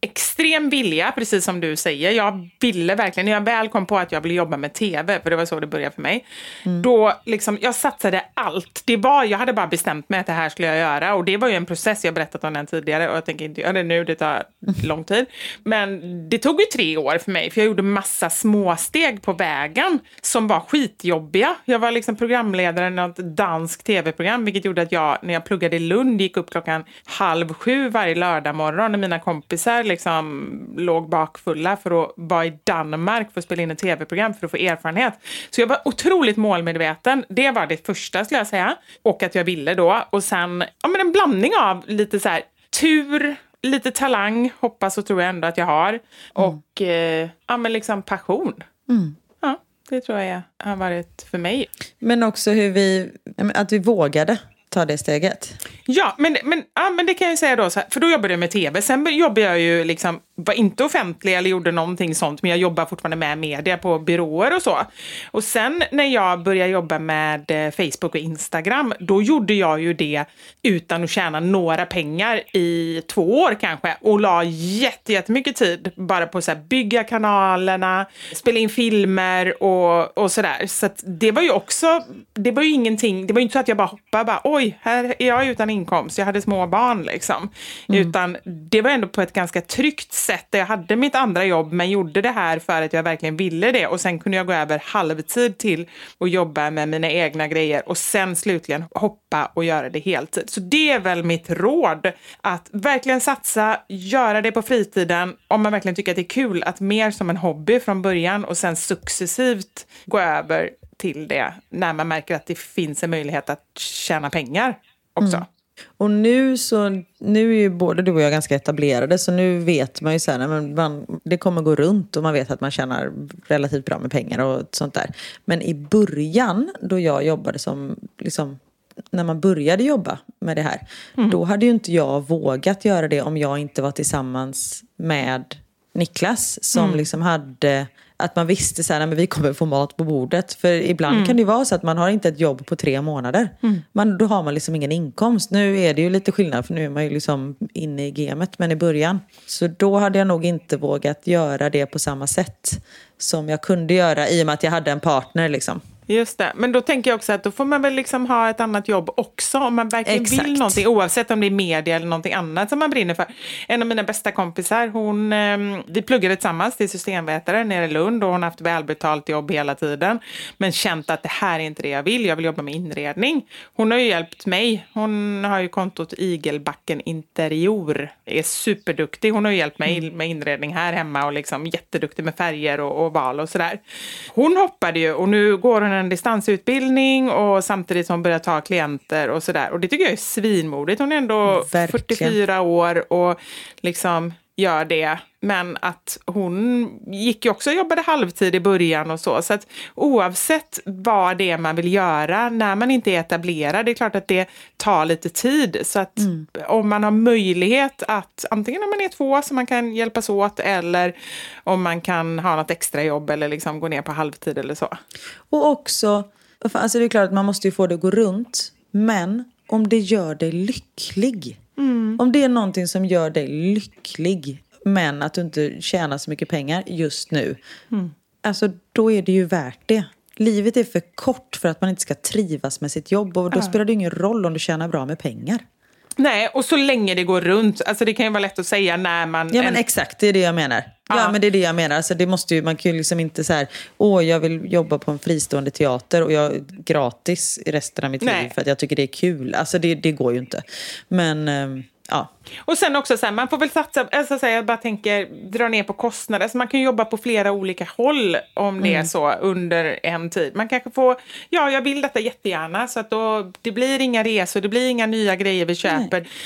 extrem vilja, precis som du säger. Jag ville verkligen, när jag väl kom på att jag ville jobba med tv, för det var så det började för mig. Mm. Då liksom, jag satsade allt. Det var, jag hade bara bestämt mig att det här skulle jag göra. Och det var ju en process, jag berättat om den tidigare. Och jag tänker inte göra det nu, det tar lång tid. Men det tog ju tre år för mig. För jag gjorde massa småsteg på vägen som var skitjobbiga. Jag var liksom programledare i något dansk tv-program. Vilket gjorde att jag, när jag pluggade i Lund, gick upp klockan halv sju varje lördag morgon. När mina kompisar liksom låg bakfulla för att vara i Danmark för att spela in ett tv-program för att få erfarenhet. Så jag var otroligt målmedveten. Det var det första, skulle jag säga. Och att jag ville då. Och sen, ja, men en blandning av lite så här tur, lite talang, hoppas och tror jag ändå att jag har. Mm. Och eh, ja, men liksom passion. Mm. Ja, det tror jag har varit för mig. Men också hur vi, att vi vågade ta det steget. Ja, men, men, ja, men det kan jag säga då, så här, för då jobbade jag med tv. Sen jobbade jag ju liksom, var inte offentlig eller gjorde någonting sånt, men jag jobbar fortfarande med media på byråer och så. Och sen när jag började jobba med eh, Facebook och Instagram, då gjorde jag ju det utan att tjäna några pengar i två år kanske. Och la jätte, jättemycket tid bara på att så här, bygga kanalerna, spela in filmer och, och sådär. Så att det var ju också, det var ju ingenting, det var ju inte så att jag bara hoppade bara, oj, här är jag utan inkomst. Jag hade små barn liksom. Mm. Utan det var ändå på ett ganska tryggt sätt. Jag hade mitt andra jobb men gjorde det här för att jag verkligen ville det. Och sen kunde jag gå över halvtid till och jobba med mina egna grejer. Och sen slutligen hoppa och göra det heltid. Så det är väl mitt råd. Att verkligen satsa, göra det på fritiden. Om man verkligen tycker att det är kul. Att mer som en hobby från början och sen successivt gå över till det när man märker att det finns en möjlighet att tjäna pengar också. Mm. Och nu så, nu är ju både du och jag ganska etablerade, så nu vet man ju så här, men man, det kommer gå runt och man vet att man tjänar relativt bra med pengar och sånt där. Men i början, då jag jobbade som, liksom, när man började jobba med det här, mm. då hade ju inte jag vågat göra det om jag inte var tillsammans med Niklas som mm. liksom hade, att man visste så här, nej, men vi kommer få mat på bordet. För ibland mm. kan det ju vara så att man har inte ett jobb på tre månader. Mm. Man, då har man liksom ingen inkomst. Nu är det ju lite skillnad för nu är man ju liksom inne i gamet, men i början. Så då hade jag nog inte vågat göra det på samma sätt som jag kunde göra i och med att jag hade en partner liksom. Just det, men då tänker jag också att då får man väl liksom ha ett annat jobb också om man verkligen Exakt. vill någonting, oavsett om det är media eller någonting annat som man brinner för. En av mina bästa kompisar, hon, eh, vi pluggade tillsammans till systemvetare nere i Lund och hon har haft välbetalt jobb hela tiden, men känt att det här är inte det jag vill, jag vill jobba med inredning. Hon har ju hjälpt mig, hon har ju kontot Igelbacken Interior, är superduktig, hon har ju hjälpt mig med inredning här hemma och liksom jätteduktig med färger och, och val och sådär. Hon hoppade ju och nu går hon en distansutbildning och samtidigt som hon börjar ta klienter och sådär. Och det tycker jag är svinmodigt. Hon är ändå verkligen fyrtiofyra år och liksom gör det. Men att hon gick ju också och jobbade halvtid i början och så. Så att oavsett vad det är man vill göra när man inte är etablerad, det är klart att det tar lite tid. Så att mm. om man har möjlighet att, antingen om man är två så man kan hjälpas åt, eller om man kan ha något extra jobb eller liksom gå ner på halvtid eller så. Och också, alltså det är klart att man måste ju få det att gå runt. Men om det gör dig lycklig. Mm. Om det är någonting som gör dig lycklig, men att du inte tjänar så mycket pengar just nu. Mm. Alltså då är det ju värt det. Livet är för kort för att man inte ska trivas med sitt jobb. Och då ja. spelar det ingen roll om du tjänar bra med pengar. Nej, och så länge det går runt. Alltså det kan ju vara lätt att säga när man... Ja, men en... exakt, det är det jag menar. Ja, ja men det är det jag menar. Alltså det måste ju, man kan ju liksom inte så här, åh jag vill jobba på en fristående teater och jag gratis i resten av mitt Nej. liv för att jag tycker det är kul. Alltså det, det går ju inte. Men... Um... Ja. Och sen också så här, man får väl satsa, alltså så här, jag bara tänker dra ner på kostnader, så man kan jobba på flera olika håll om det mm. är så under en tid. Man kanske får, ja jag vill detta jättegärna så att då, det blir inga resor, det blir inga nya grejer vi köper. Nej.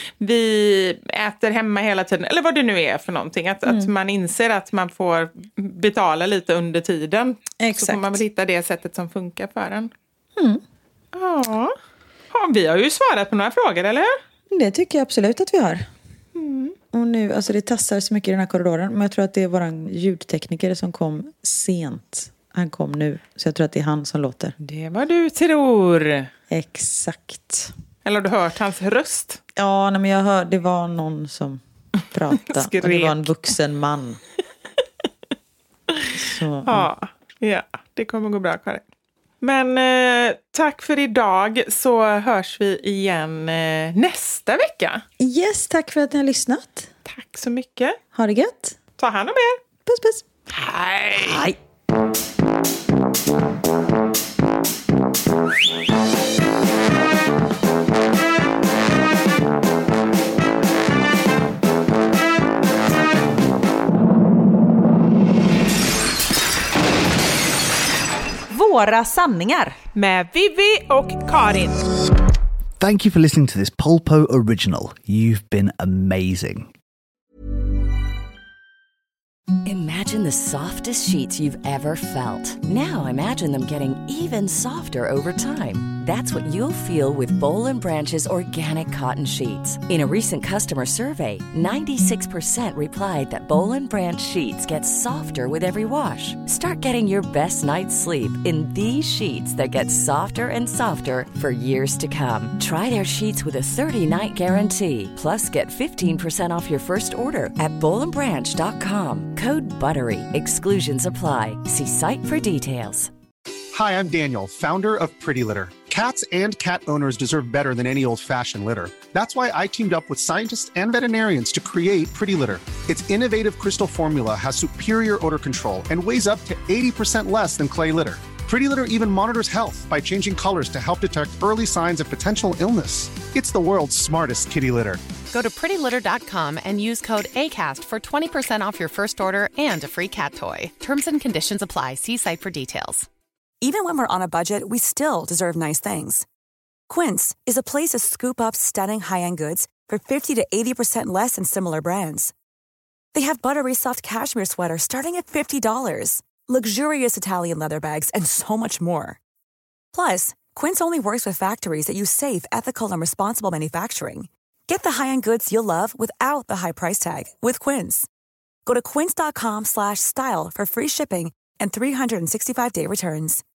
Vi äter hemma hela tiden, eller vad det nu är för någonting. Att, mm. att man inser att man får betala lite under tiden. Exakt. Så får man väl hitta det sättet som funkar för en. Mm. Ja. Ja, vi har ju svarat på några frågor, eller hur? Det tycker jag absolut att vi har. Mm. Och nu, alltså det tassar så mycket i den här korridoren. Men jag tror att det är våran ljudtekniker som kom sent. Han kom nu. Så jag tror att det är han som låter. Det var du tror. Exakt. Eller har du hört hans röst? Ja, nej, men jag hörde, det var någon som... prata. Skrek. Och det var en vuxen man. Så, ja, ja, det kommer gå bra, Karin. Men eh, tack för idag, så hörs vi igen eh, nästa vecka. Yes, tack för att ni har lyssnat. Tack så mycket. Ha det gött. Ta hand om er. Puss, puss. Hej. Hej. Våra sanningar med Vivi och Karin. Thank you for listening to this Polpo original. You've been amazing. Imagine the softest sheets you've ever felt. Now imagine them getting even softer over time. That's what you'll feel with Boll and Branch's organic cotton sheets. In a recent customer survey, ninety-six percent replied that Boll and Branch sheets get softer with every wash. Start getting your best night's sleep in these sheets that get softer and softer for years to come. Try their sheets with a thirty-night guarantee. Plus, get fifteen percent off your first order at boll and branch dot com. Code BUTTERY. Exclusions apply. See site for details. Hi, I'm Daniel, founder of Pretty Litter. Cats and cat owners deserve better than any old-fashioned litter. That's why I teamed up with scientists and veterinarians to create Pretty Litter. Its innovative crystal formula has superior odor control and weighs up to eighty percent less than clay litter. Pretty Litter even monitors health by changing colors to help detect early signs of potential illness. It's the world's smartest kitty litter. Go to pretty litter dot com and use code ACAST for twenty percent off your first order and a free cat toy. Terms and conditions apply. See site for details. Even when we're on a budget, we still deserve nice things. Quince is a place to scoop up stunning high-end goods for fifty to eighty percent less than similar brands. They have buttery soft cashmere sweaters starting at fifty dollars, luxurious Italian leather bags, and so much more. Plus, Quince only works with factories that use safe, ethical, and responsible manufacturing. Get the high-end goods you'll love without the high price tag with Quince. Go to quince dot com slash style for free shipping and three sixty-five day returns.